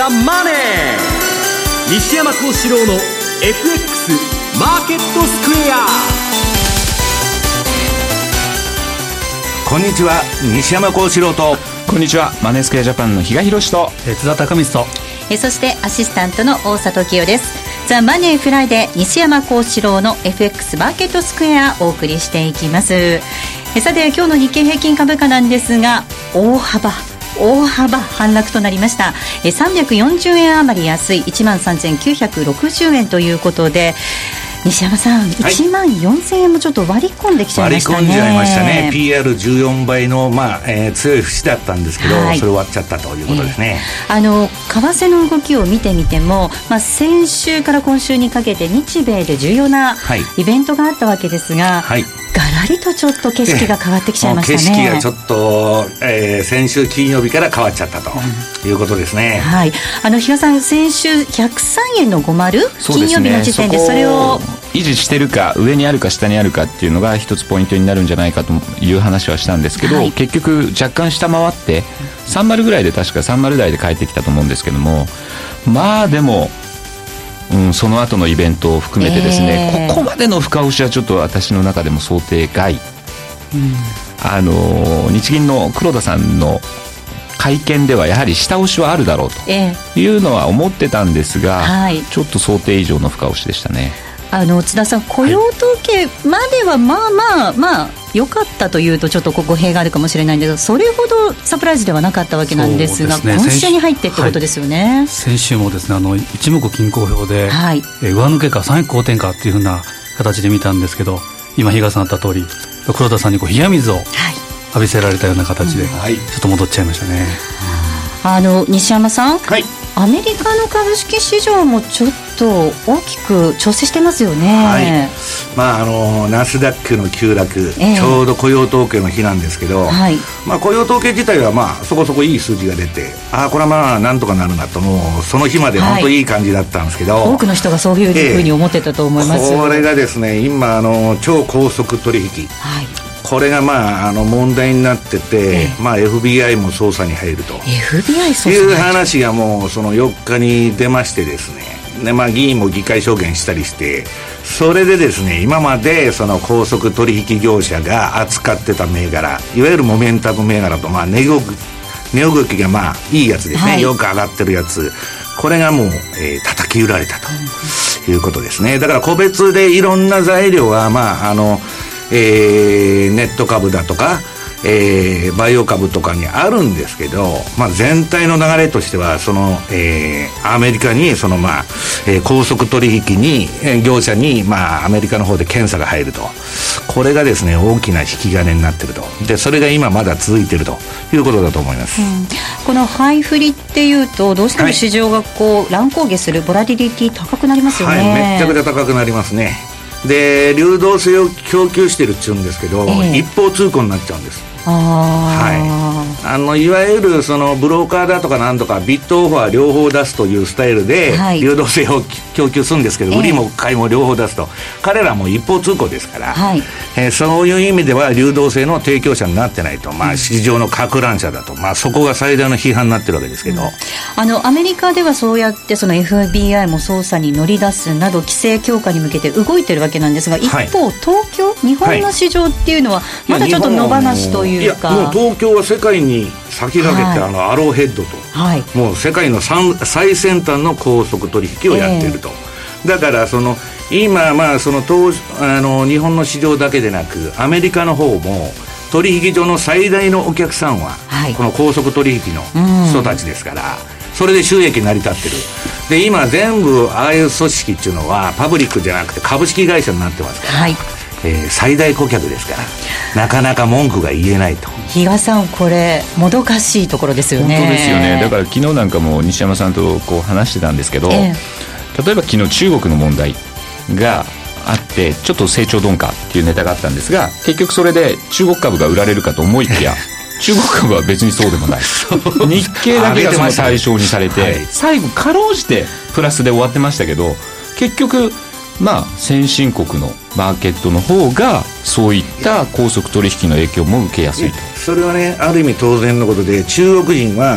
ザ・マネー。西山幸四郎の FX マーケットスクエア。 こんにちは、西山幸四郎と。 こんにちは、マネースクエアジャパンの比嘉宏と津田隆光と、 そしてアシスタントの大里清です。ザ・マネーフライデー、西山幸四郎の FX マーケットスクエアお送りしていきます。さて、今日の日経平均株価なんですが、大幅反落となりました。340円余り安い 13,960 円ということで、西山さん、1万4000円もちょっと割り込んできちゃいましたね。 割り込んじゃいましたね。 PR14 倍の、強い節だったんですけど、それ終わっちゃったということですね。 為替の動きを見てみても、先週から今週にかけて日米で重要なイベントがあったわけですが、ガラリとちょっと景色が変わってきちゃいましたね。 景色がちょっと、先週金曜日から変わっちゃったということですね。 比嘉さん、先週103円の50、金曜日の時点でそれを維持してるか、上にあるか下にあるかっていうのが一つポイントになるんじゃないかという話はしたんですけど、結局若干下回って30ぐらいで、確か30台で帰ってきたと思うんですけども、でもその後のイベントを含めてですね、ここまでの深押しはちょっと私の中でも想定外、日銀の黒田さんの会見ではやはり下押しはあるだろうというのは思ってたんですが、ちょっと想定以上の深押しでしたね。 津田さん、雇用統計までは良かったというとちょっと語弊があるかもしれないんですが、それほどサプライズではなかったわけなんですが、今週に入ってってことですよね。 先週もですね、一目均衡表で、上抜けか三役好転かっていうふうな形で見たんですけど、今比嘉さんあった通り、黒田さんに冷や水を浴びせられたような形で、ちょっと戻っちゃいましたね。 西山さん、アメリカの株式市場もちょっと大きく調整してますよね。 ナスダックの急落、ちょうど雇用統計の日なんですけど、雇用統計自体はそこそこいい数字が出て、これはなんとかなるなと、もうその日まで本当いい感じだったんですけど、 多くの人がそういうふうに思ってたと思います。 これがですね、今超高速取引、これが問題になってて、FBI も捜査に入るという話がもうその4日に出ましてですね、議員も議会証言したりして、それでですね、今までその高速取引業者が扱ってた銘柄、いわゆるモメンタム銘柄と、値動きがいいやつですね、よく上がってるやつ、これがもう、叩き売られたということですね。だから個別でいろんな材料がネット株だとか、バイオ株とかにあるんですけど、全体の流れとしてはその、アメリカにその、高速取引に業者に、アメリカの方で検査が入ると、これがですね大きな引き金になっていると。でそれが今まだ続いているということだと思います。 このハイフリっていうとどうしても市場が乱高下する、ボラティリティ高くなりますよね。 めちゃくちゃ高くなりますね。で流動性を供給してるっちゅうんですけど、一方通行になっちゃうんです。いわゆるそのブローカーだとかなんとかビットオファー両方出すというスタイルで流動性を供給するんですけど、売りも買いも両方出すと、彼らも一方通行ですから、そういう意味では流動性の提供者になってないと、市場の撹乱者だと、そこが最大の批判になってるわけですけど、 アメリカではそうやってその FBI も捜査に乗り出すなど規制強化に向けて動いてるわけなんですが、一方、東京、日本の市場っていうのはまだちょっと野放しというか、 もう東京は世界に先駆けて、アローヘッドと、もう世界の最先端の高速取引をやっていると、だからその今、その日本の市場だけでなくアメリカの方も取引所の最大のお客さんは、この高速取引の人たちですから、それで収益成り立ってる。で今全部ああいう組織っていうのはパブリックじゃなくて株式会社になってますから、最大顧客ですからなかなか文句が言えないと。 比嘉さん、これもどかしいところですよね。 本当ですよね。だから昨日なんかも西山さんと話してたんですけど、例えば昨日中国の問題があってちょっと成長鈍化っていうネタがあったんですが、結局それで中国株が売られるかと思いきや中国株は別にそうでもない日経だけがその対象にされて、最後かろうじてプラスで終わってましたけど、結局先進国のマーケットの方がそういった高速取引の影響も受けやすいと。 それはね、ある意味当然のことで、中国人は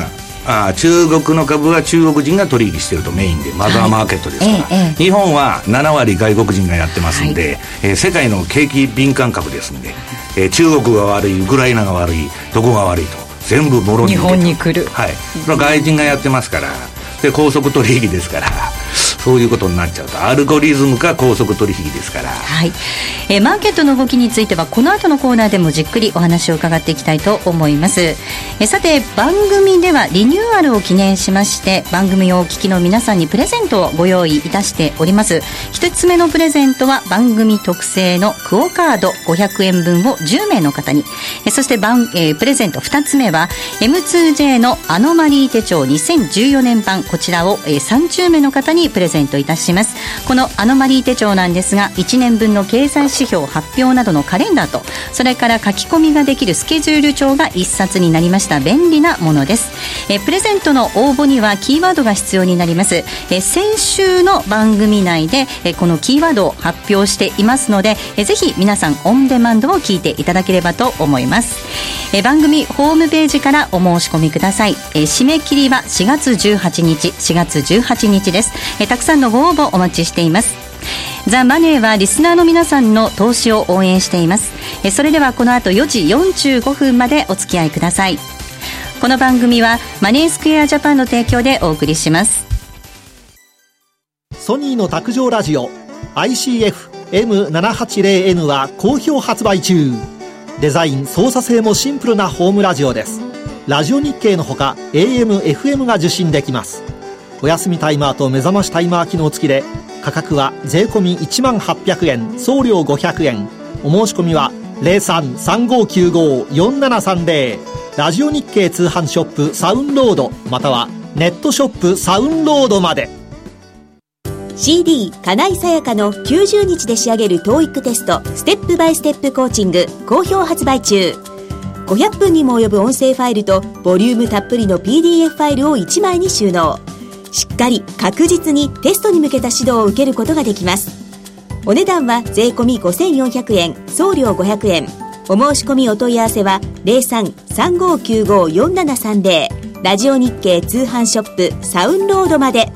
中国の株は中国人が取引してるとメインでマザーマーケットですから、日本は7割外国人がやってますんで、世界の景気敏感株ですんで、中国が悪い、ウクライナが悪い、どこが悪いと全部もろに日本に来る、 外人がやってますから、で高速取引ですから、そういうことになっちゃうとアルゴリズムか高速取引ですから、 マーケットの動きについてはこの後のコーナーでもじっくりお話を伺っていきたいと思います。さて番組ではリニューアルを記念しまして、番組をお聞きの皆さんにプレゼントをご用意いたしております。一つ目のプレゼントは番組特製のクオカード500円分を10名の方に、そしてプレゼント2つ目は M2J のアノマリー手帳2014年版、こちらを30名の方にプレゼントいたします。このアノマリー手帳なんですが、1年分の経済指標発表などのカレンダーと、それから書き込みができるスケジュール帳が1冊になりました便利なものです。プレゼントの応募にはキーワードが必要になります。先週の番組内でこのキーワードを発表していますので、ぜひ皆さんオンデマンドを聞いていただければと思います。番組ホームページからお申し込みください。締め切りは4月18日です。たくさんのご応募お待ちしています。ザ・マネーはリスナーの皆さんの投資を応援しています。それではこの後4時45分までお付き合いください。この番組はマネースクエアジャパンの提供でお送りします。 ソニーの卓上ラジオ ICF-M780N は好評発売中。デザイン操作性もシンプルなホームラジオです。ラジオ日経のほか AM、FM が受信できます。お休みタイマーと目覚ましタイマー機能付きで、価格は税込み10800円、送料500円。お申し込みは 03-3595-4730 ラジオ日経通販ショップサウンロード、またはネットショップサウンロードまで。 CD 金井さやかの90日で仕上げる TOEIC テストステップバイステップコーチング好評発売中。500分にも及ぶ音声ファイルとボリュームたっぷりの PDF ファイルを1枚に収納。しっかり確実にテストに向けた指導を受けることができます。お値段は税込み5400円、送料500円。お申し込みお問い合わせは 03-3595-4730 ラジオ日経通販ショップサウンロードまで。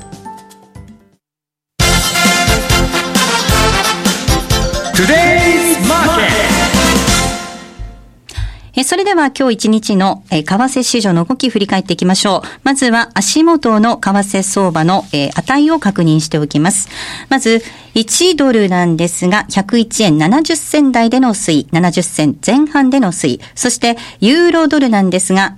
それでは今日一日の為替市場の動き振り返っていきましょう。まずは足元の為替相場の値を確認しておきます。まず1ドルなんですが101円70銭台での推移、70銭前半での推移、そしてユーロドルなんですが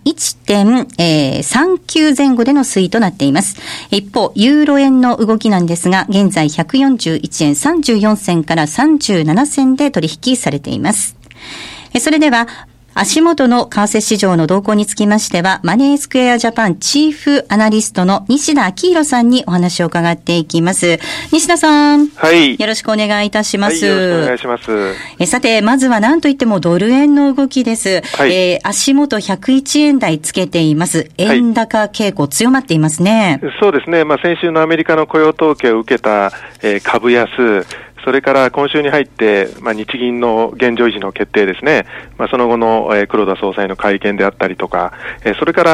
1.39 前後での推移となっています。一方ユーロ円の動きなんですが現在141円34銭から37銭で取引されています。それでは足元の為替市場の動向につきましては、マネースクエアジャパンチーフアナリストの西田明宏さんにお話を伺っていきます。西田さん。 はい。 よろしくお願いいたします。 はい、よろしくお願いします。 さて、まずは何といってもドル円の動きです。はい。足元101円台つけています。円高傾向強まっていますね。 はい、そうですね。先週のアメリカの雇用統計を受けた、株安、それから今週に入って、日銀の現状維持の決定ですね。その後の、黒田総裁の会見であったりとか、それから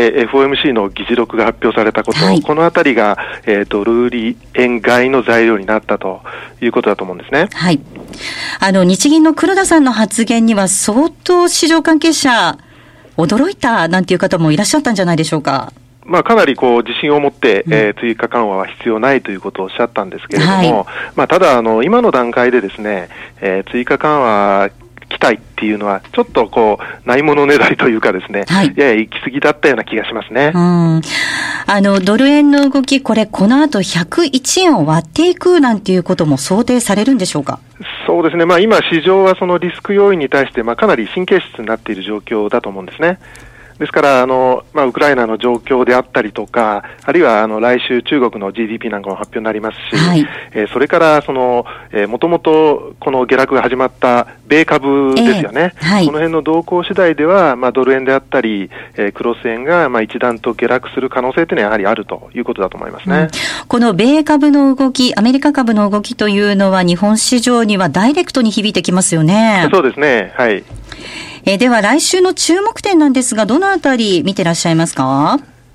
、FOMC の議事録が発表されたこと、はい、このあたりが、ドル売り円買いの材料になったということだと思うんですね。 はい。日銀の黒田さんの発言には相当市場関係者驚いたなんていう方もいらっしゃったんじゃないでしょうか。 かなり自信を持って、追加緩和は必要ないということをおっしゃったんですけれども、はい、ただ今の段階でですね、追加緩和期待っていうのはちょっとないものねだりというかですね、はい、やや行き過ぎだったような気がしますね。 ドル円の動き、この後101円を割っていくなんていうことも想定されるんでしょうか。 そうですね。今市場はそのリスク要因に対してかなり神経質になっている状況だと思うんですね。ですからウクライナの状況であったりとか、あるいは来週中国の GDP なんかも発表になりますし、はい、それからもともとこの下落が始まった米株ですよね。はい、この辺の動向次第では、ドル円であったり、クロス円が一段と下落する可能性というのはやはりあるということだと思いますね。 この米株の動き、アメリカ株の動きというのは日本市場にはダイレクトに響いてきますよね。 そうですね。はい。 では来週の注目点なんですが、どのあたり見てらっしゃいますか。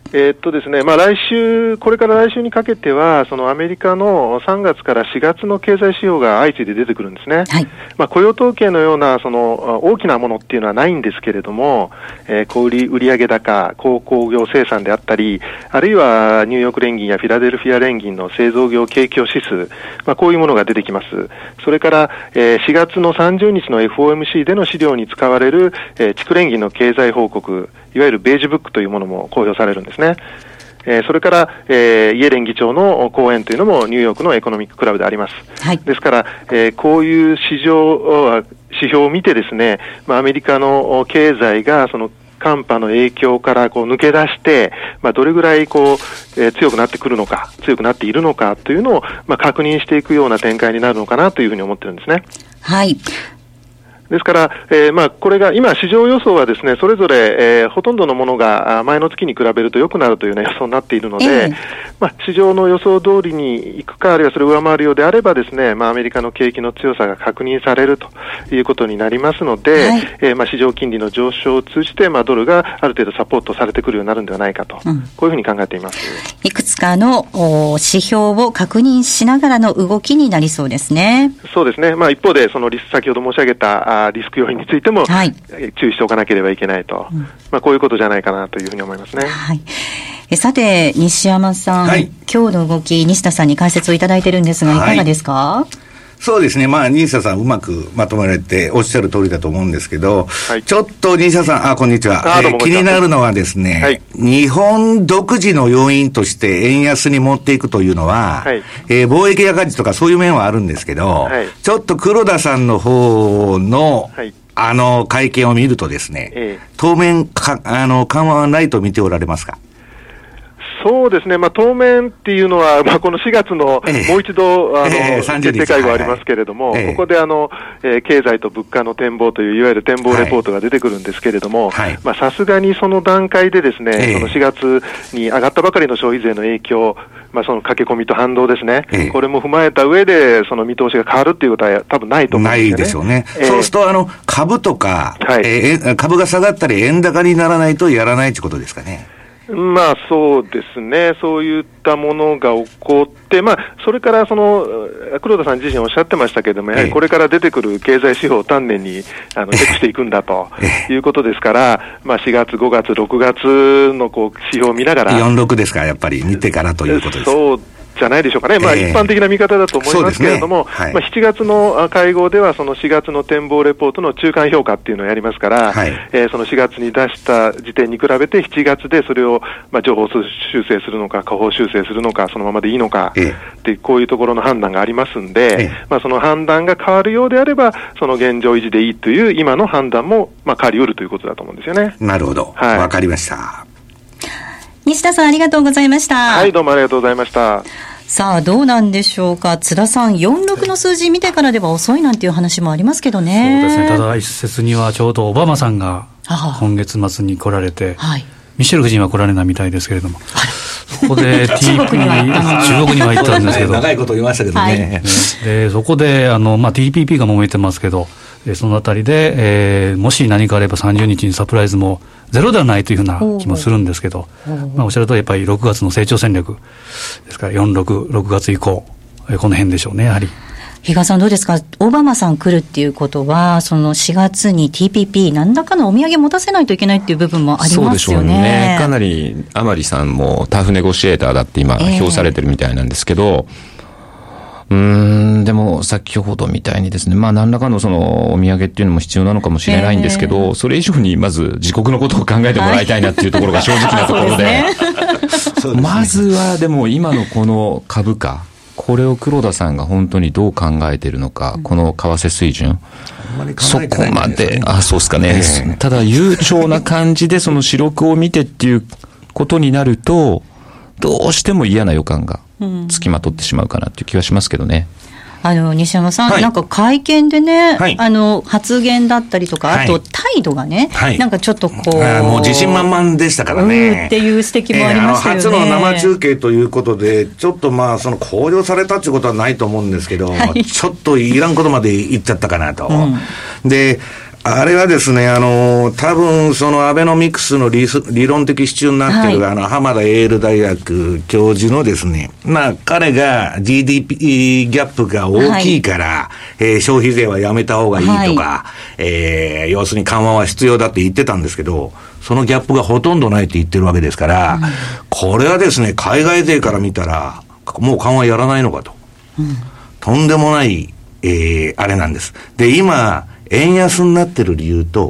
ですね、これから来週にかけては、そのアメリカの3月から4月の経済指標が相次いで出てくるんですね。はい。雇用統計のような、その、大きなものっていうのはないんですけれども、小売上高、鉱工業生産であったり、あるいはニューヨーク連銀やフィラデルフィア連銀の製造業景況指数、こういうものが出てきます。それから、4月の30日の FOMC での資料に使われる、地区連銀の経済報告、いわゆるベージュブックというものも公表されるんですね。それから、イエレン議長の講演というのもニューヨークのエコノミッククラブであります。はい、ですから、こういう指標を見てですね、アメリカの経済がその寒波の影響から抜け出して、どれぐらい強くなってくるのか、強くなっているのかというのを、確認していくような展開になるのかなというふうに思ってるんですね。はい。ですから、これが今市場予想はですね、それぞれ、ほとんどのものが前の月に比べると良くなるというような予想になっているので、市場の予想通りに行くか、あるいはそれを上回るようであればですね、アメリカの景気の強さが確認されるということになりますので、はい、市場金利の上昇を通じて、ドルがある程度サポートされてくるようになるんではないかと、こういうふうに考えています。 いくつかの指標を確認しながらの動きになりそうですね。 そうですね。一方で、先ほど申し上げたリスク要因についても、はい、注意しておかなければいけないと、こういうことじゃないかなというふうに思いますね。はい、 さて西山さん、はい、今日の動き西田さんに解説をいただいているんですが、いかがですか？はい、 そうですね。西田さんうまくまとめられておっしゃる通りだと思うんですけど、はい、ちょっと西田さん、こんにちは。気になるのはですね、はい、日本独自の要因として円安に持っていくというのは、はい、貿易赤字とかそういう面はあるんですけど、はい、ちょっと黒田さんの方の、はい、会見を見るとですね、当面緩和はないと見ておられますか？ そうですね、当面っていうのは、この4月のもう一度、決定会合ありますけれども、ここで経済と物価の展望という、いわゆる展望レポートが出てくるんですけれども、さすがにその段階でですね、その4月に上がったばかりの消費税の影響、その駆け込みと反動ですね、これも踏まえた上で、その見通しが変わるっていうことは多分ないと思うんですよね。ないでしょうね。 そうすると、株とか、株が下がったり円高にならないとやらないということですかね。 そうですね。そういったものが起こって、それから黒田さん自身おっしゃってましたけれども、やはりこれから出てくる経済指標を丹念にチェックしていくんだということですから、4月、5月、6月の指標を見ながら。 46ですから、やっぱり見てからということです。 そうじゃないでしょうかね。一般的な見方だと思いますけれども、はい、7月の会合ではその4月の展望レポートの中間評価っていうのをやりますから、はい、その4月に出した時点に比べて7月でそれを情報修正するのか下方修正するのかそのままでいいのかってこういうところの判断がありますんで、その判断が変わるようであればその現状維持でいいという今の判断も変わりうるということだと思うんですよね。 なるほど、はい、わかりました。 西田さんありがとうございました。 はい、どうもありがとうございました。 さあどうなんでしょうか。津田さん46の数字見てからでは遅いなんていう話もありますけどね。 そうですね。ただ一説にはちょうどオバマさんが今月末に来られて、はい、ミシェル夫人は来られないみたいですけれども、そこで中国には行ったんですけど、 長いこと言いましたけどね、 でそこでTPP が揉めてますけど、そのあたりで、もし何かあれば30日にサプライズもゼロではないというふうな気もするんですけど、おっしゃるとやっぱり6月の成長戦略ですから6月以降、この辺でしょうね。やはり比嘉さんどうですか。オバマさん来るっていうことはその4月に TPP 何らかのお土産持たせないといけないっていう部分もありますよね。 そうでしょうね。かなり甘利さんもタフネゴシエーターだって今評されてるみたいなんですけど、でも先ほどみたいにですね、何らかのそのお土産っていうのも必要なのかもしれないんですけど、それ以上にまず自国のことを考えてもらいたいなっていうところが正直なところで、まずはでも今のこの株価、これを黒田さんが本当にどう考えているのか、この為替水準、そこまで、そうですかね。ただ悠長な感じでその四六を見てっていうことになると、どうしても嫌な予感がつきまとってしまうかなっていう気はしますけどね。 西山さん、はい、なんか会見でね、はい、発言だったりとか、あと態度がね、はい、なんかちょっともう自信満々でしたからね。 っていう指摘もありましたよね。 初の生中継ということで、ちょっとその向上されたということはないと思うんですけど、ちょっといらんことまで言っちゃったかなと。で、 あれはですね、多分そのアベノミクスの理論的支柱になっている、はい、浜田エール大学教授のですね、まあ彼が GDP ギャップが大きいから、はい、消費税はやめた方がいいとか、はい、要するに緩和は必要だって言ってたんですけど、そのギャップがほとんどないって言ってるわけですから、うん、これはですね、海外勢から見たら、もう緩和やらないのかと。うん、とんでもない、あれなんです。で、今、円安になってる理由と、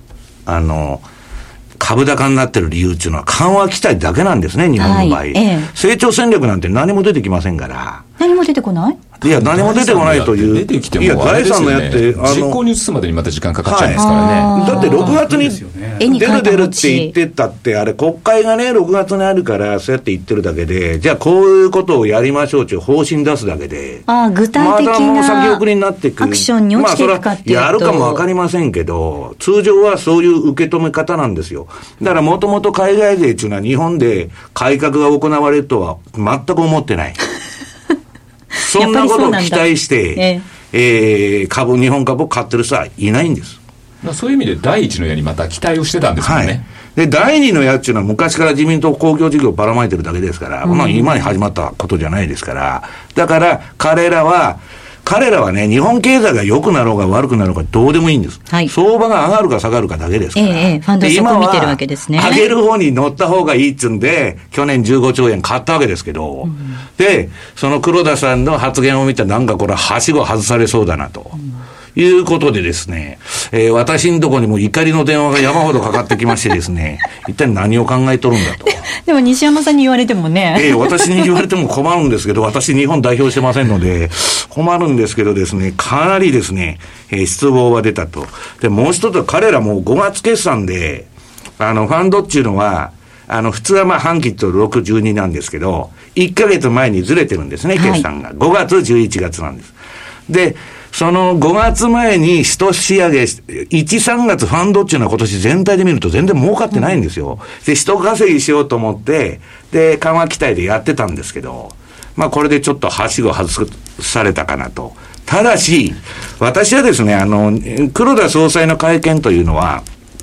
株高になってる理由っていうのは緩和期待だけなんですね、日本の場合。はい、成長戦略なんて何も出てきませんから。 何も出てこない？ いや、何も出てこないという。 出てきても、いや、 財産のやって、 実行に移すまでにまた時間かかっちゃいますからね。 はい、だって6月に出るって言ってたって、あれ、国会がね、6月にあるから、そうやって言ってるだけで、じゃあこういうことをやりましょうという方針出すだけで、 具体的な、まだもう先送りになっていく。 アクションに落ちていくかっていうと。 やるかもわかりませんけど、通常はそういう受け止め方なんですよ。だからもともと海外税っていうのは日本で改革が行われるとは全く思ってない。そんなことを期待して、日本株を買ってる人はいないんです。 そういう意味で第一の矢にまた期待をしてたんですよね。はい、 で、第二の矢っていうのは昔から自民党公共事業をばらまいてるだけですから、まあ今に始まったことじゃないですから、だから彼らはね、日本経済が良くなろうが悪くなろうがどうでもいいんです。はい、相場が上がるか下がるかだけですから。 ファンドそこ見てるわけですね。 上げる方に乗った方がいいっつうんで、去年15兆円買ったわけですけど、で、その黒田さんの発言を見てなんかこれはしご外されそうだなと。いうことでですね、私のところにも怒りの電話が山ほどかかってきましてですね、一体何を考えとるんだと。 でも西山さんに言われてもね。 私に言われても困るんですけど、私日本代表してませんので、困るんですけどですね、かなりですね、失望が出たと。で、もう一つは彼らも5月決算で、ファンドっていうのは、普通はまあ半期と6、12なんですけど、1ヶ月前にずれてるんですね、決算が。5月、11月なんです。で、その5月前に一仕上げ、1、3月ファンドっていうのは今年全体で見ると全然儲かってないんですよ。で、一稼ぎしようと思って、で、緩和期待でやってたんですけど、まあこれでちょっとはしご外されたかなと。ただし、私はですね、黒田総裁の会見というのは、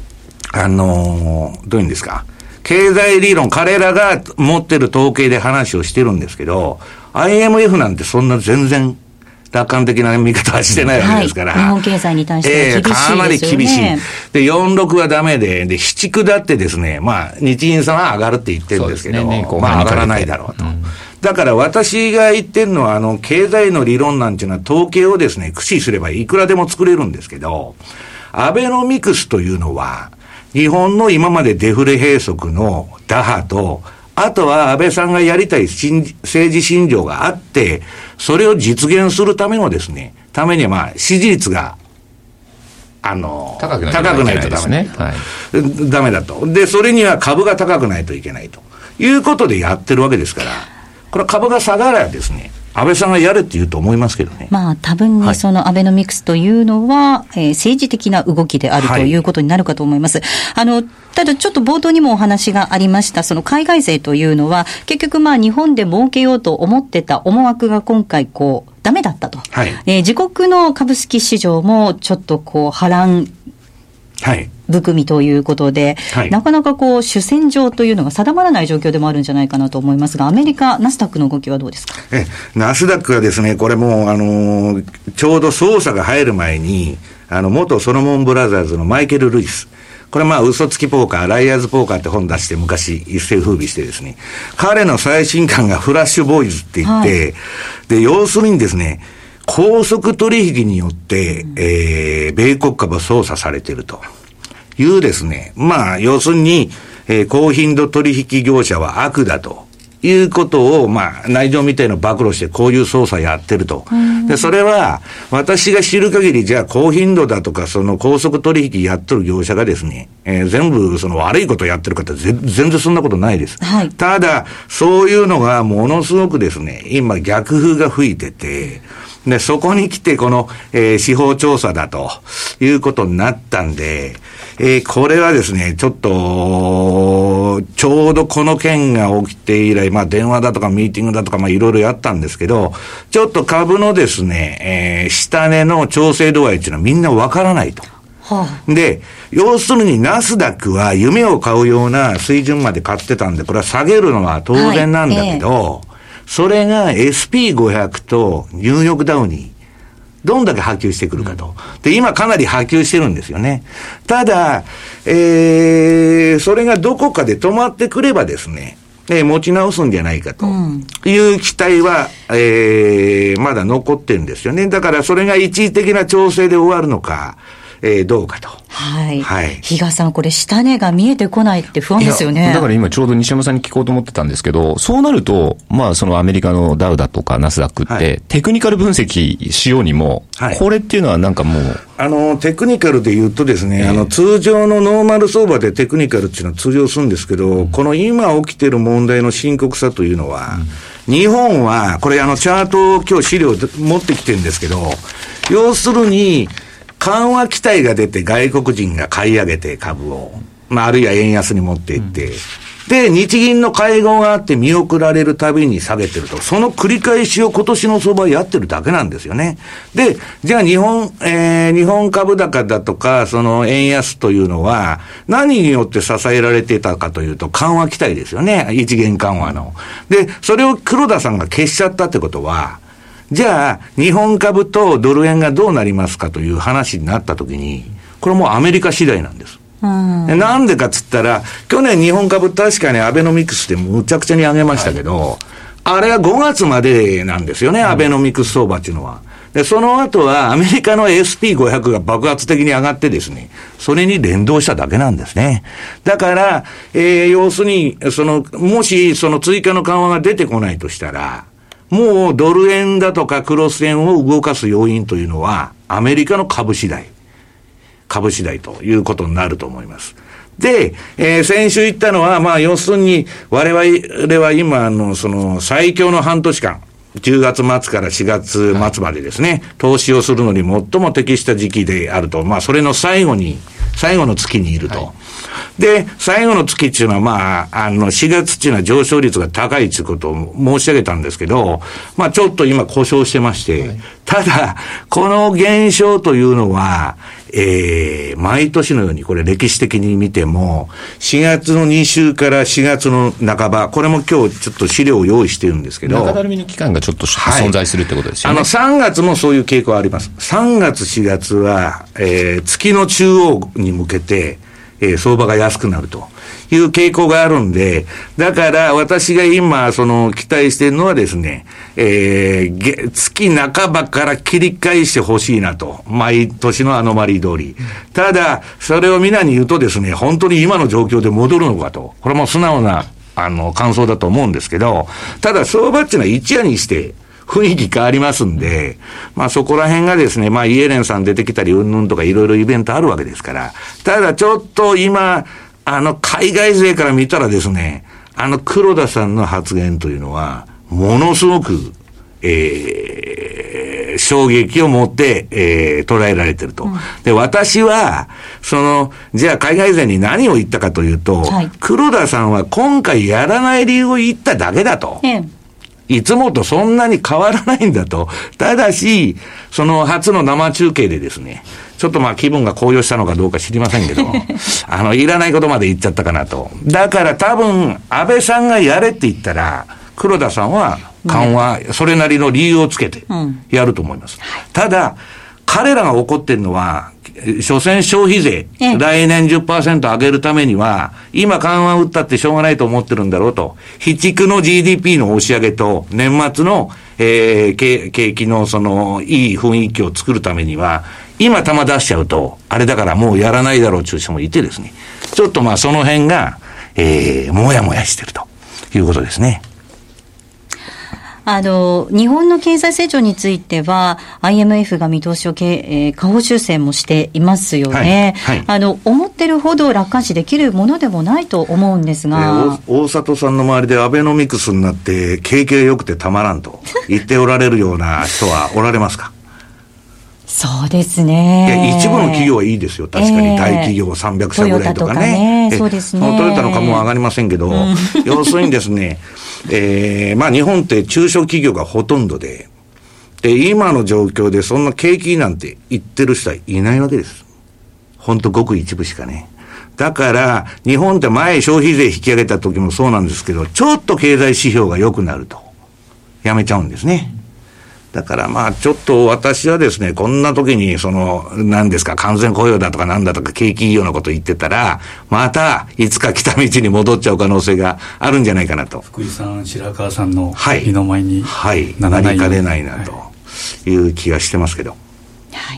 どういうんですか。経済理論、彼らが持ってる統計で話をしてるんですけど、IMF なんてそんな全然、楽観的な見方はしてないわけですから。 はい、日本経済に対しては厳しいですよね。 かなり厳しい。で、46はダメで、で、7、9だってですね、まあ、日銀さんは上がるって言ってるんですけど、まあ、上がらないだろうと。だから私が言ってるのは、経済の理論なんていうのは統計をですね、駆使すればいくらでも作れるんですけど、アベノミクスというのは、日本の今までデフレ閉塞の打破と、あとは安倍さんがやりたい政治信条があって、それを実現するためのですね、ためにはまあ支持率が、 高くないとダメね。はい。 ダメだと。で、それには株が高くないといけないということでやってるわけですから、これは株が下がらですね、安倍さんがやれって言うと思いますけどね。 まあ多分にそのアベノミクスというのは、政治的な動きであるということになるかと思います。ただちょっと冒頭にもお話がありましたその海外勢というのは結局まあ日本で儲けようと思ってた思惑が今回こうダメだったと。はい、自国の株式市場もちょっとこう波乱。はい。含みということで、はい、なかなかこう主戦場というのが定まらない状況でもあるんじゃないかなと思いますが、アメリカナスダックの動きはどうですか？ ナスダックはですね、これもうちょうど捜査が入る前に元ソロモンブラザーズのマイケル・ルイス、これまあ嘘つきポーカー、ライアーズポーカーって本出して昔一世風靡してですね、彼の最新刊がフラッシュボーイズって言って、はい、で要するにですね、高速取引によって、米国株は操作されているというですね、まあ要するに、高頻度取引業者は悪だということを、まあ内情みたいのを暴露してこういう操作やってると。で、それは私が知る限りじゃあ高頻度だとかその高速取引やっとる業者がですね、全部その悪いことやってる方全然そんなことないです。はい、ただ、そういうのがものすごくですね、今逆風が吹いてて、で、そこに来てこの、司法調査だということになったんで、これはですね、ちょっと、ちょうどこの件が起きて以来、まあ電話だとかミーティングだとかまあいろいろやったんですけど、ちょっと株のですね、下値の調整度合いっていうのはみんなわからないと。 で、要するにナスダックは夢を買うような水準まで買ってたんで、これは下げるのは当然なんだけど、それが SP500 とニューヨークダウにどんだけ波及してくるかと。で、今かなり波及してるんですよね。ただ、それがどこかで止まってくればですね、持ち直すんじゃないかという期待は、まだ残ってるんですよね。だからそれが一時的な調整で終わるのか、どうかと。 はい。比嘉さん、これ下値が見えてこないって不安ですよね。 だから今ちょうど西山さんに聞こうと思ってたんですけど、そうなると、そのアメリカのダウだとかナスダックって、テクニカル分析しようにも、これっていうのはなんかもう。 テクニカルで言うとですね、通常のノーマル相場でテクニカルっていうのは通用するんですけど、この今起きている問題の深刻さというのは、日本は、これチャートを今日資料持ってきてるんですけど、要するに、緩和期待が出て外国人が買い上げて株を、あるいは円安に持っていって、で、日銀の会合があって見送られるたびに下げてると、その繰り返しを今年の相場やってるだけなんですよね。で、じゃあ日本株高だとか、その円安というのは、何によって支えられていたかというと、緩和期待ですよね。一元緩和の。で、それを黒田さんが消しちゃったってことは、じゃあ、日本株とドル円がどうなりますかという話になったときに、これもうアメリカ次第なんです。なんでかっつったら、去年日本株確かにアベノミクスでむちゃくちゃに上げましたけど、あれは5月までなんですよね、アベノミクス相場っていうのは。で、その後はアメリカの SP500 が爆発的に上がってですね、それに連動しただけなんですね。だから、要するに、もしその追加の緩和が出てこないとしたら、もうドル円だとかクロス円を動かす要因というのはアメリカの株次第ということになると思います。で、先週言ったのは、要するに我々は今その最強の半年間、10月末から4月末までですね、投資をするのに最も適した時期であると、それの最後の月にいると。で、最後の月っていうのは、4月っていうのは上昇率が高いということを申し上げたんですけど、ちょっと今故障してまして、ただ、この現象というのは、毎年のようにこれ歴史的に見ても、4月の2週から4月の半ば、これも今日ちょっと資料を用意してるんですけど、 中だるみの期間がちょっと存在するってことですよね。 3月もそういう傾向あります。3月4月は、月の中央に向けて、相場が安くなるという傾向があるんで、だから私が今期待しているのはですね、月半ばから切り返してほしいなと、毎年のアノマリー通り。ただそれを皆に言うとですね、本当に今の状況で戻るのかと、これも素直な感想だと思うんですけど、ただ相場っていうのは一夜にして雰囲気変わりますんで、そこら辺がですね、イエレンさん出てきたり、うんぬんとかいろいろイベントあるわけですから、ただちょっと今、海外勢から見たらですね、黒田さんの発言というのは、ものすごく、衝撃を持って、捉えられてると。で、私は、じゃあ海外勢に何を言ったかというと、黒田さんは今回やらない理由を言っただけだと。いつもとそんなに変わらないんだと。ただし、初の生中継でですね、ちょっと気分が高揚したのかどうか知りませんけど、いらないことまで言っちゃったかなと。だから多分、安倍さんがやれって言ったら、黒田さんは緩和、それなりの理由をつけてやると思います。ただ、彼らが怒ってるのは、所詮消費税、来年 10% 上げるためには、今緩和打ったってしょうがないと思ってるんだろうと。非地区の GDP の押し上げと、年末の、景気のいい雰囲気を作るためには、今玉出しちゃうと、あれだからもうやらないだろうという人もいてですね、ちょっとその辺が、もやもやしてるということですね。 日本の経済成長については IMF が見通しを下方修正もしていますよね、思ってるほど楽観視できるものでもないと思うんですが、 大里さんの周りでアベノミクスになって景気が良くてたまらんと言っておられるような人はおられますか？ そうですね。 一部の企業はいいですよ。確かに大企業300社ぐらいとかね。 そうですね。 トヨタの株も上がりませんけど、要するにですね、日本って中小企業がほとんどで、今の状況でそんな景気なんて言ってる人はいないわけです。 ほんとごく一部しかね。だから、日本って前消費税引き上げた時もそうなんですけど、ちょっと経済指標が良くなると、やめちゃうんですね。だからまあちょっと私はですね、こんな時に何ですか、完全雇用だとかなんだとか景気いいようなこと言ってたら、またいつか来た道に戻っちゃう可能性があるんじゃないかなと。 福井さん、白川さんの身の前になりかねないなという気がしてますけど。 はい。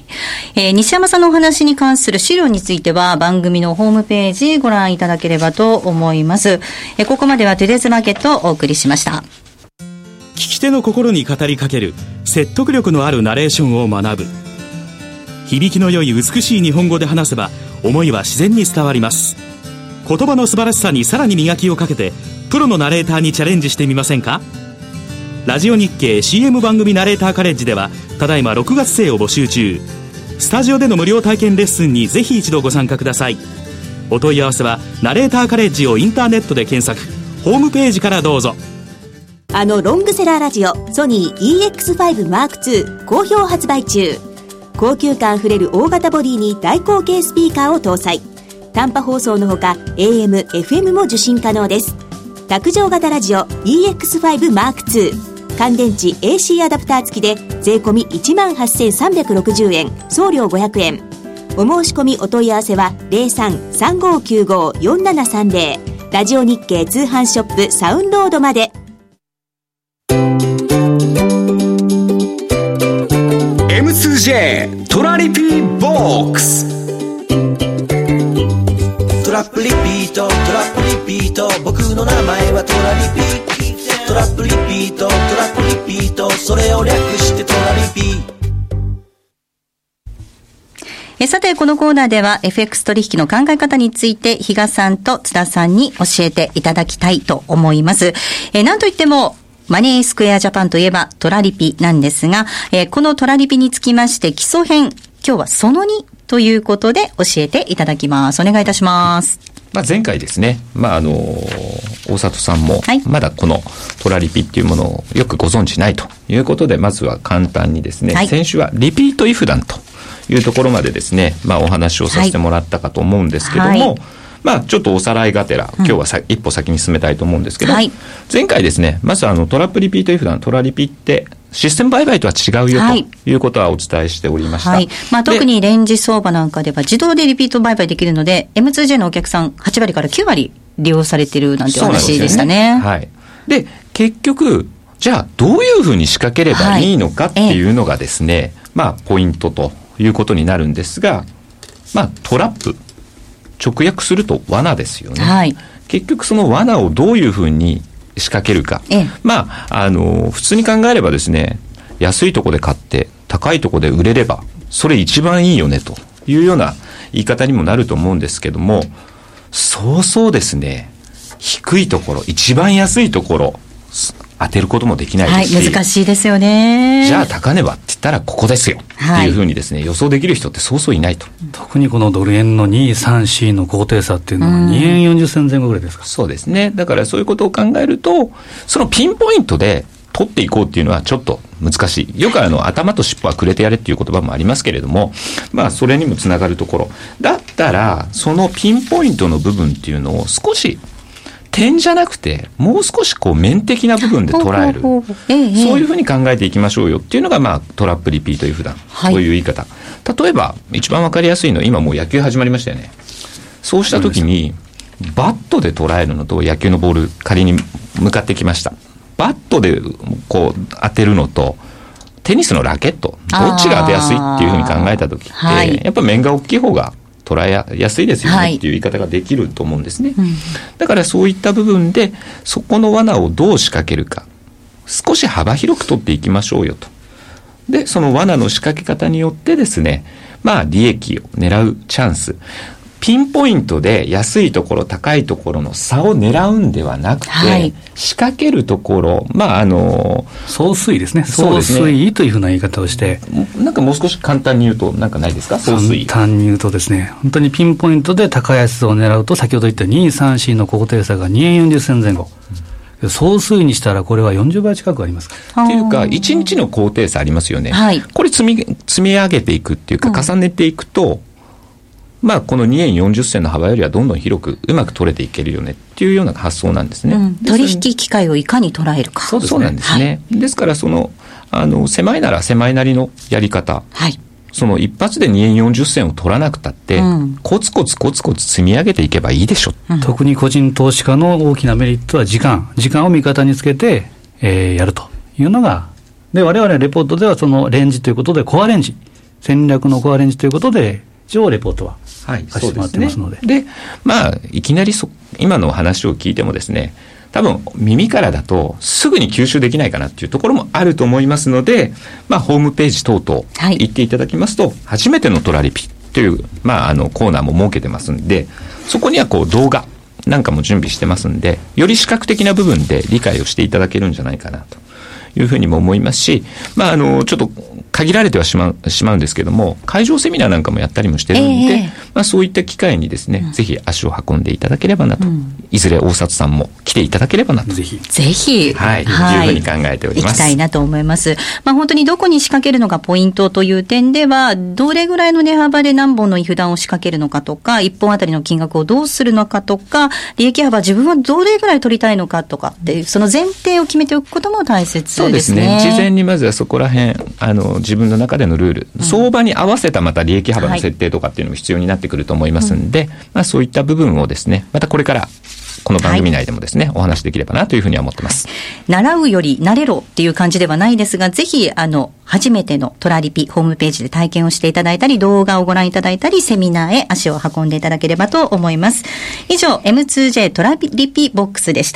西山さんのお話に関する資料については番組のホームページご覧いただければと思います。ここまではトゥデイズマーケットをお送りしました。 聞き手の心に語りかける説得力のあるナレーションを学ぶ。響きの良い美しい日本語で話せば思いは自然に伝わります。言葉の素晴らしさにさらに磨きをかけてプロのナレーターにチャレンジしてみませんか。ラジオ日経 CM 番組ナレーターカレッジではただいま6月生を募集中。スタジオでの無料体験レッスンにぜひ一度ご参加ください。お問い合わせはナレーターカレッジをインターネットで検索、ホームページからどうぞ。 あのロングセラーラジオソニー EX5 M2 好評発売中。高級感あふれる大型ボディに大口径スピーカーを搭載。短波放送のほか AM、FM も受信可能です。卓上型ラジオ EX5 M2 乾電池 AC アダプター付きで税込 18,360 円、送料500円。お申し込みお問い合わせは 03-3595-4730 ラジオ日経通販ショップサウンロードまで。 M2J トラリピーボックス。 トラップリピート、トラップリピート、僕の名前はトラリピ。トラップリピート、トラップリピート、それを略してトラリピ。 さてこのコーナーでは FX 取引の考え方について比嘉さんと津田さんに教えていただきたいと思います。なんといってもマネースクエアジャパンといえばトラリピなんですが、このトラリピにつきまして基礎編、今日はその2ということで教えていただきます。お願いいたします。 前回ですね、大里さんもまだこのトラリピっていうものをよくご存知ないということで、まずは簡単にですね、先週はリピートイフダンというところまでですね、お話をさせてもらったかと思うんですけども、ちょっとおさらいがてら今日は一歩先に進めたいと思うんですけど、前回ですね、まずトラップリピートイフダン、トラリピってシステム売買とは違うよということはお伝えしておりました。 特にレンジ相場なんかでは自動でリピート売買できるので M2J のお客さん8割から9割利用されているなんてお話でしたね。 で、結局じゃあどういうふうに仕掛ければいいのかっていうのがですね、ポイントということになるんですが、トラップ直訳すると罠ですよね。結局その罠をどういうふうに仕掛けるか。普通に考えればですね、安いとこで買って高いとこで売れればそれ一番いいよねというような言い方にもなると思うんですけども、そうですね、低いところ、一番安いところ当てることもできないですし、 難しいですよね。 じゃあ高値はって言ったらここですよっていうふうにですね、予想できる人ってそうそういないと。 特にこのドル円の2、3、4の高低差っていうのは2円40銭前後ぐらいですか。 そうですね。だからそういうことを考えると、そのピンポイントで取っていこうっていうのはちょっと難しい。よく頭と尻尾はくれてやれっていう言葉もありますけれども、それにもつながるところだったら、そのピンポイントの部分っていうのを少し点じゃなくてもう少し面的な部分で捉える、そういうふうに考えていきましょうよっていうのが、トラップリピートイフダン、そういう言い方。例えば一番わかりやすいのは、今もう野球始まりましたよね。そうした時にバットで捉えるのと、野球のボール仮に向かってきました、バットで当てるのとテニスのラケット、どっちが当てやすいっていうふうに考えた時って、やっぱ面が大きい方が捉えやすいですよねっていう言い方ができると思うんですね。だからそういった部分でそこの罠をどう仕掛けるか、少し幅広く取っていきましょうよと。でその罠の仕掛け方によってですね、利益を狙うチャンス、ピンポイントで安いところ高いところの差を狙うんではなくて、仕掛けるところ、 総推移ですね。総推移というふうな言い方をして、 なんかもう少し簡単に言うとなんかないですか。総推移、 簡単に言うとですね、本当にピンポイントで高安を狙うと、先ほど言った2、3、4の高低差が2円40銭前後、総推移にしたらこれは40倍近くありますか。 っていうか1日の高低差ありますよね。これ積み上げていくっていうか、重ねていくと、 この2円40銭の幅よりはどんどん広くうまく取れていけるよねっていうような発想なんですね、 取引機会をいかに捉えるか。 そうなんですね、ですから狭いなら狭いなりのやり方、その一発で2円40銭を取らなくたって、コツコツ積み上げていけばいいでしょ、 特に個人投資家の大きなメリットは時間を味方につけて、やるというのがで、我々レポートではそのレンジということでコアレンジ、戦略のコアレンジということで一応レポートはさせてもらってますので、 で、いきなり今の話を聞いてもですね、多分耳からだとすぐに吸収できないかなっていうところもあると思いますので、ホームページ等々行っていただきますと、初めてのトラリピという、コーナーも設けてますんで、そこには動画なんかも準備してますんで、より視覚的な部分で理解をしていただけるんじゃないかなというふうにも思いますし、ちょっと限られてはしまうんですけども、会場セミナーなんかもやったりもしてるので、そういった機会にですね、ぜひ足を運んでいただければなと、いずれ大里さんも来ていただければなと、ぜひいうふうに考えております。 行きたいなと思います。本当にどこに仕掛けるのがポイントという点では、どれぐらいの値幅で何本の値札を仕掛けるのかとか、1本あたりの金額をどうするのかとか、利益幅自分はどれぐらい取りたいのかとかっていう、その前提を決めておくことも大切ですね。 そうですね。事前にまずはそこら辺自分の中でのルール、相場に合わせたまた利益幅の設定とかっていうのも必要になってくると思いますんで、そういった部分をですね、またこれからこの番組内でもですね、お話できればなというふうには思ってます。 習うより慣れろっていう感じではないですが、ぜひ初めてのトラリピホームページで体験をしていただいたり、動画をご覧いただいたり、セミナーへ足を運んでいただければと思います。以上 M2J トラリピボックスでした。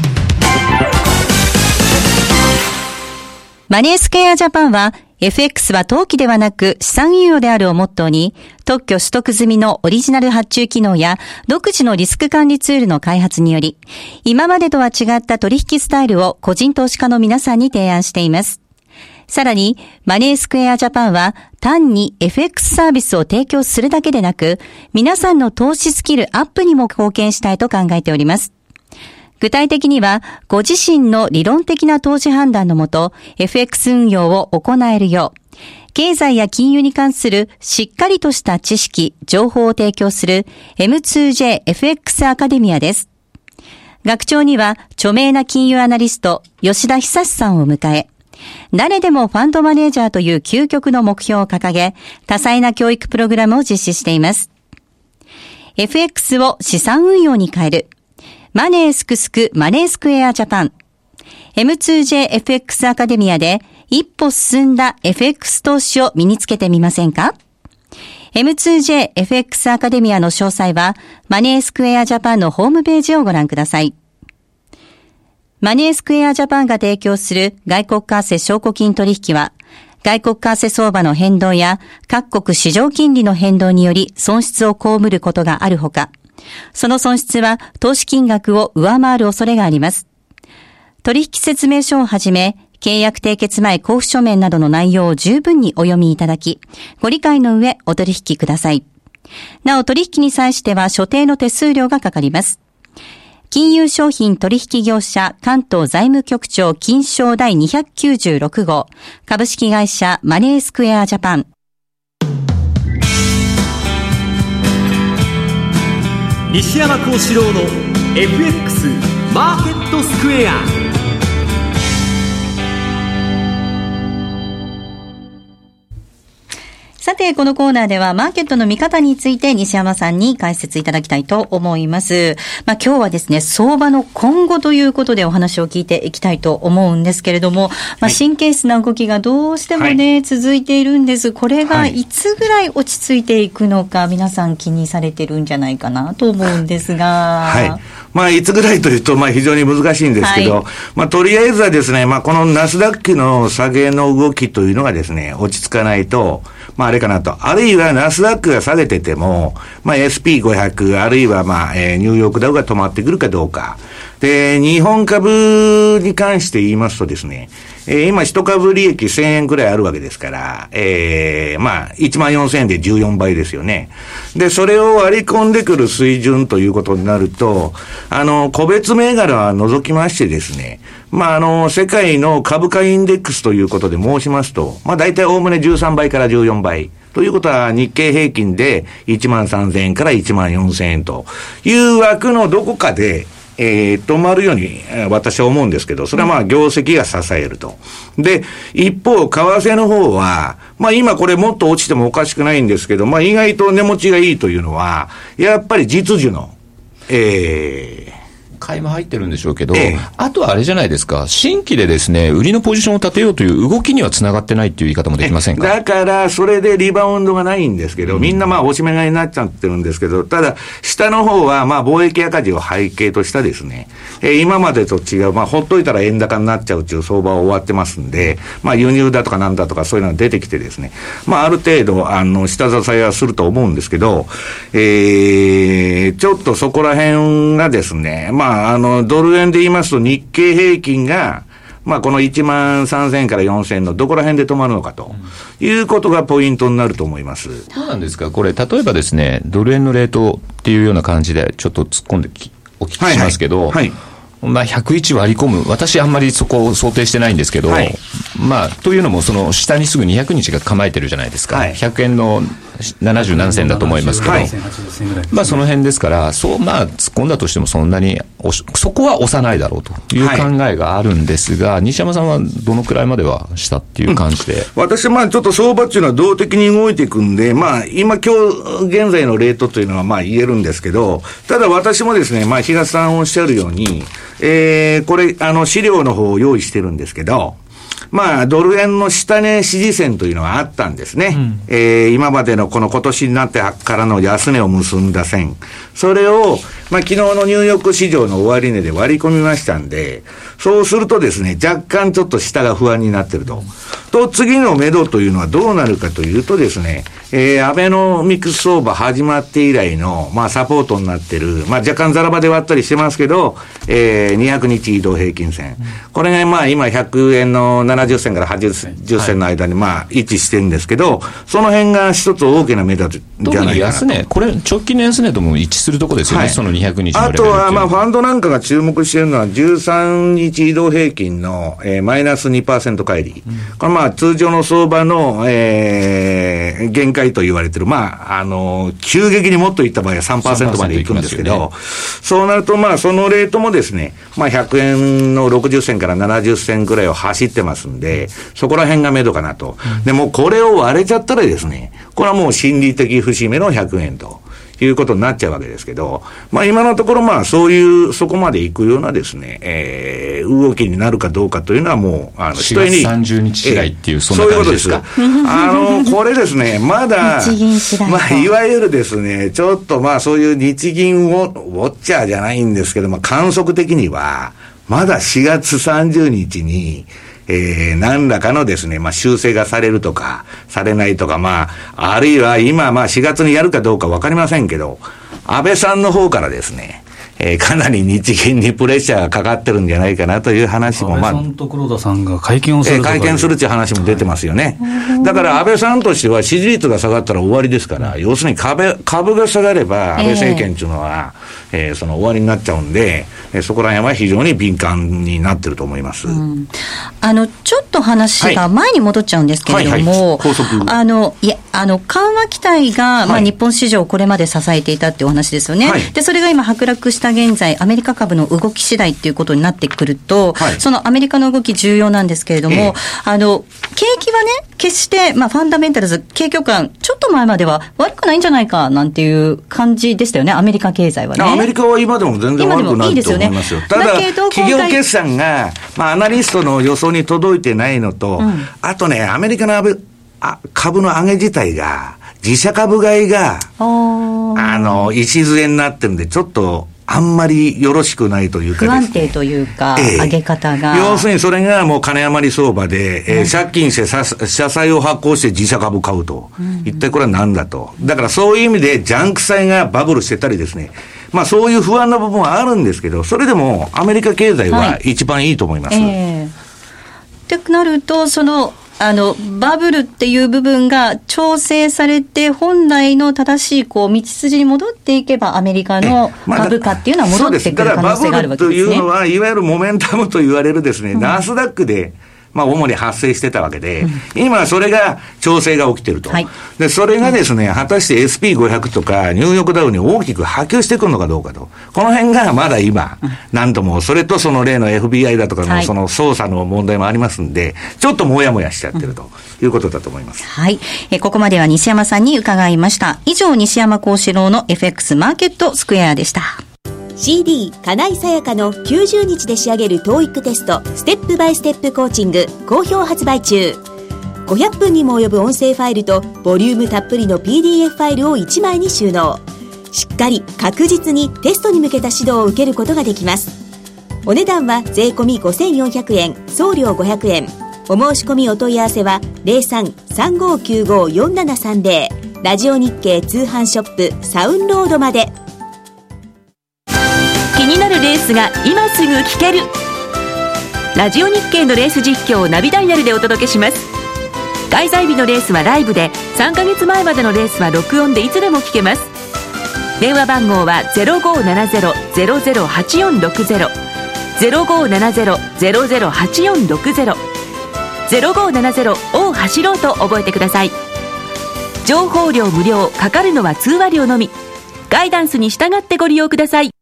マネースクエアジャパンは FX は投機ではなく資産運用であるをモットーに、特許取得済みのオリジナル発注機能や独自のリスク管理ツールの開発により、今までとは違った取引スタイルを個人投資家の皆さんに提案しています。さらに、マネースクエアジャパンは単に FX サービスを提供するだけでなく、皆さんの投資スキルアップにも貢献したいと考えております。具体的には、ご自身の理論的な投資判断のもと、FX 運用を行えるよう、経済や金融に関するしっかりとした知識、情報を提供する M2J FX アカデミアです。学長には、著名な金融アナリスト、吉田久さんを迎え、誰でもファンドマネージャーという究極の目標を掲げ、多彩な教育プログラムを実施しています。FX を資産運用に変える。マネースクスクマネースクエアジャパン M2JFX アカデミアで一歩進んだ FX 投資を身につけてみませんか？ M2JFX アカデミアの詳細はマネースクエアジャパンのホームページをご覧ください。マネースクエアジャパンが提供する外国為替証拠金取引は、外国為替相場の変動や各国市場金利の変動により損失を被ることがあるほか、その損失は投資金額を上回る恐れがあります。取引説明書をはじめ、契約締結前交付書面などの内容を十分にお読みいただき、ご理解の上お取引ください。なお取引に際しては所定の手数料がかかります。金融商品取引業者関東財務局長金商第296号株式会社マネースクエアジャパン。 西山幸四郎の FX マーケットスクエア。 さて、このコーナーではマーケットの見方について西山さんに解説いただきたいと思います。今日はですね、相場の今後ということでお話を聞いていきたいと思うんですけれども、神経質な動きがどうしてもね、続いているんです。これがいつぐらい落ち着いていくのか、皆さん気にされてるんじゃないかなと思うんですが。 いつぐらいというと、非常に難しいんですけど、とりあえずはですね、このナスダックの下げの動きというのがですね、落ち着かないと、あれかなと。あるいはナスダックが下げてても、SP500、あるいはニューヨークダウが止まってくるかどうか。で、日本株に関して言いますとですね、今一株利益1000円くらいあるわけですから、14,000円で14倍ですよね。で、それを割り込んでくる水準ということになると、個別銘柄は除きましてですね、世界の株価インデックスということで申しますと、大体おおむね13倍から14倍。 ということは日経平均で13,000円から14,000円という枠のどこかで止まるように私は思うんですけど、それはまあ業績が支えると。で、一方、為替の方は、まあ今これもっと落ちてもおかしくないんですけど、まあ意外と値持ちがいいというのは、やっぱり実需の、 買いも入ってるんでしょうけど、あとはあれじゃないですか、新規でですね、売りのポジションを立てようという動きにはつながってないっていう言い方もできませんか？ だから、それでリバウンドがないんですけど、みんなまあ、押し目買いになっちゃってるんですけど、ただ、下の方はまあ、貿易赤字を背景としたですね、今までと違う、まあ、ほっといたら円高になっちゃうっていう相場は終わってますんで、まあ、輸入だとかなんだとかそういうのが出てきてですね、まあ、ある程度、下支えはすると思うんですけど、ちょっとそこら辺がですね、まあ、ドル円で言いますと日経平均が、まあこの13,000円から4,000円のどこら辺で止まるのかということがポイントになると思います。 どうなんですかこれ、例えばですね、ドル円のレートっていうような感じでちょっと突っ込んでお聞きしますけど、まあ101割り込む。私あんまりそこを想定してないんですけど、まあ、というのもその下にすぐ200日が構えてるじゃないですか。100円の70何銭だと思いますけど、まあその辺ですから、そうまあ突っ込んだとしてもそんなにそこは押さないだろうという考えがあるんですが、西山さんはどのくらいまではしたっていう感じで、 私はまあちょっと相場っていうのは動的に動いていくんで、まあ今日現在のレートというのはまあ言えるんですけど、ただ私もですね、まあ東さんおっしゃるように、これ資料の方を用意してるんですけど、まあ、ドル円の下値支持線というのはあったんですね。今までのこの今年になってからの安値を結んだ線。それを、まあ、昨日のニューヨーク市場の終値で割り込みましたんで、そうするとですね、若干ちょっと下が不安になってると。と、次の目処というのはどうなるかというとですね、アベノミクス相場始まって以来の、まあ、サポートになってる、まあ、若干ザラバで割ったりしてますけど、200日移動平均線。これがまあ、今100円の70銭から80銭の間にまあ、位置してるんですけど、その辺が一つ大きな目立つじゃないかなと。特に安値、これ直近の安値とも一致するところですよね、その200日のレベル。 あとは、まあ、ファンドなんかが注目しているのは、13日移動平均の、マイナス 2% 乖離。これまあ、通常の相場の、限界と言われている。まあ、急激にもっといった場合は 3% までいくんですけど、そうなると、まあ、そのレートもですね、まあ、100円の60銭から70銭くらいを走ってますんで、そこら辺が目処かなと。でも、これを割れちゃったらですね、これはもう心理的節目の100円と。いうことになっちゃうわけですけど、まあ今のところまあそういう、そこまで行くようなですね、動きになるかどうかというのはもう、 4月30日次第っていう、そんな感じですか？ そういうことです。これですね、まだ、まあいわゆるですね、ちょっとまあそういう日銀ウォッチャーじゃないんですけど、まあ観測的には、まだ4月30日に、何らかのですね、まあ、修正がされるとか、されないとか、まあ、あるいは今、まあ、4月にやるかどうかわかりませんけど、安倍さんの方からですね、かなり日銀にプレッシャーがかかってるんじゃないかなという話も、まあ、 安倍さんと黒田さんが会見をするとか、 会見するっていう話も出てますよね。だから安倍さんとしては支持率が下がったら終わりですから、要するに株が下がれば安倍政権っていうのは、その終わりになっちゃうんで、そこら辺は非常に敏感になってると思います。 ちょっと話が前に戻っちゃうんですけれども、緩和期待が、まあ、日本市場をこれまで支えていたっていうお話ですよね。で、それが今剥落した現在、アメリカ株の動き次第っていうことになってくると、そのアメリカの動き重要なんですけれども、景気はね、決して、まあ、ファンダメンタルズ、景況感、ちょっと前までは悪くないんじゃないかなんていう感じでしたよね、アメリカ経済はね。 アメリカは今でも全然悪くないと思いますよ。ただ、企業決算が、まあ、アナリストの予想に届いてないのと、あとね、アメリカの株の上げ自体が、自社株買いが、礎になってるんで、ちょっと、あんまりよろしくないというかですね。 不安定というか、上げ方が。 要するにそれがもう金余り相場で、借金して社債を発行して自社株買うと。一体これは何だと。だからそういう意味でジャンク債がバブルしてたりですね。まあそういう不安な部分はあるんですけど、それでもアメリカ経済は一番いいと思います。 ってなると、バブルっていう部分が調整されて、本来の正しい道筋に戻っていけば、アメリカの株価っていうのは戻ってくる可能性があるわけですね。 バブルというのは、いわゆるモメンタムと言われるですね、ナスダックで、 主に発生してたわけで、今それが調整が起きてると。で、それがですね、果たして SP500 とかニューヨークダウに大きく波及してくるのかどうかと。この辺がまだ今、なんとも、それとその例の FBI だとかのその捜査の問題もありますんで、ちょっともやもやしちゃってるということだと思います。 はい。ここまでは西山さんに伺いました。以上、西山幸四郎の FX マーケットスクエアでした。 CD 金井さやかの90日で仕上げる TOEIC テストステップバイステップコーチング好評発売中。500分にも及ぶ音声ファイルとボリュームたっぷりの PDF ファイルを1枚に収納。しっかり確実にテストに向けた指導を受けることができます。お値段は税込5400円、送料500円。お申し込みお問い合わせは 03-3595-4730 ラジオ日経通販ショップサウンロードまで。 気になるレースが今すぐ聞ける。ラジオ日経のレース実況をナビダイヤルでお届けします。開催日のレースはライブで、3ヶ月前までのレースは録音でいつでも聞けます。電話番号は 0570-008460 0570-008460 0570を走ろうと覚えてください。情報料無料、かかるのは通話料のみ。ガイダンスに従ってご利用ください。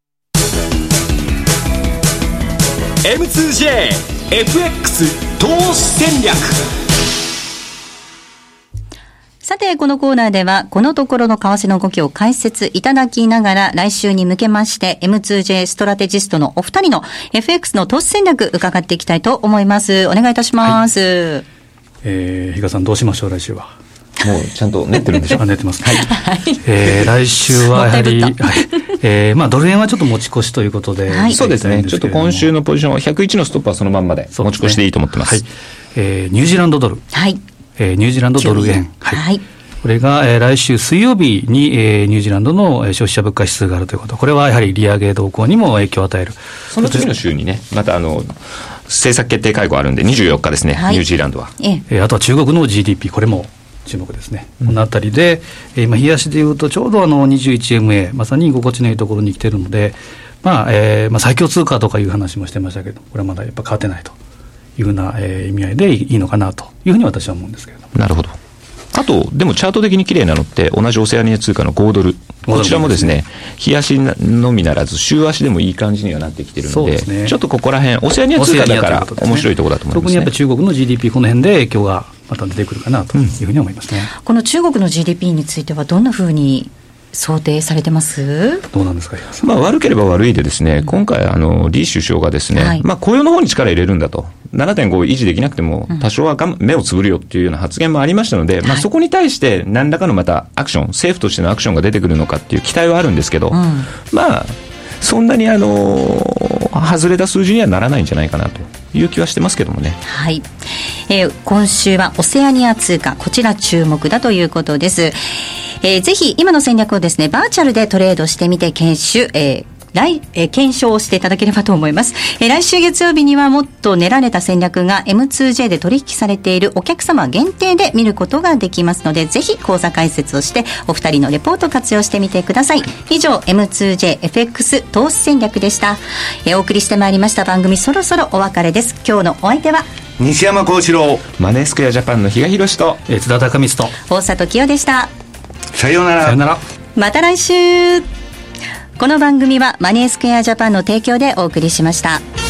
M2J FX 投資戦略。 さて、このコーナーではこのところの為替の動きを解説いただきながら、来週に向けまして M2J ストラテジストのお二人の FX の投資戦略伺っていきたいと思います。お願いいたします。 比嘉さんどうしましょう。来週はもうちゃんと練ってるんでしょうか。 練ってます、はい。来週はやはり、ドル円はちょっと持ち越しということで、 そうですね。ちょっと今週のポジションは101のストップはそのまんまで持ち越しでいいと思ってます。 ニュージーランドドル、ニュージーランドドル円、これが、来週水曜日に、ニュージーランドの消費者物価指数があるということ、これはやはり利上げ動向にも影響を与える。 その次の週にね、また政策決定会合あるんで、24日ですね、ニュージーランドは。 あとは中国の GDP、これも注目ですね。このあたりで、今、冷やしでいうと、ちょうど21MA、まさに心地のいいところに来ているので、最強通貨とかいう話もしてましたけど、これはまだやっぱ変わってないというふうな、意味合いでいいのかなというふうに私は思うんですけれども。 なるほど。あと、でもチャート的に綺麗なのって、同じオセアニア通貨の5ドル。こちらもですね、日足のみならず、週足でもいい感じにはなってきてるので、ちょっとここら辺、オセアニア通貨だから面白いところだと思いますね。 特にやっぱり中国の GDP、この辺で影響がまた出てくるかなというふうに思いますね。 この中国の GDP についてはどんなふうに想定されてます？ どうなんですか。 悪ければ悪いでですね、今回李首相がですね、雇用の方に力入れるんだと、7.5 維持できなくても多少は目をつぶるよっていうような発言もありましたので、そこに対して何らかのまたアクション、政府としてのアクションが出てくるのかっていう期待はあるんですけど、そんなに外れた数字にはならないんじゃないかなという気はしてますけどもね。 はい。今週はオセアニア通貨、こちら注目だということです。ぜひ今の戦略をですね、バーチャルでトレードしてみて検証していただければと思います。来週月曜日にはもっと練られた戦略が M2J で取引されているお客様限定で見ることができますので、ぜひ口座開設をしてお二人のレポート活用してみてください。以上 M2J FX 投資戦略でした。お送りしてまいりました番組、そろそろお別れです。今日のお相手は西山幸四郎、 マネースクエアジャパンの比嘉宏と津田隆光と大里清でした。 さようなら。 さようなら。 また来週。この番組はマネースクエアジャパンの提供でお送りしました。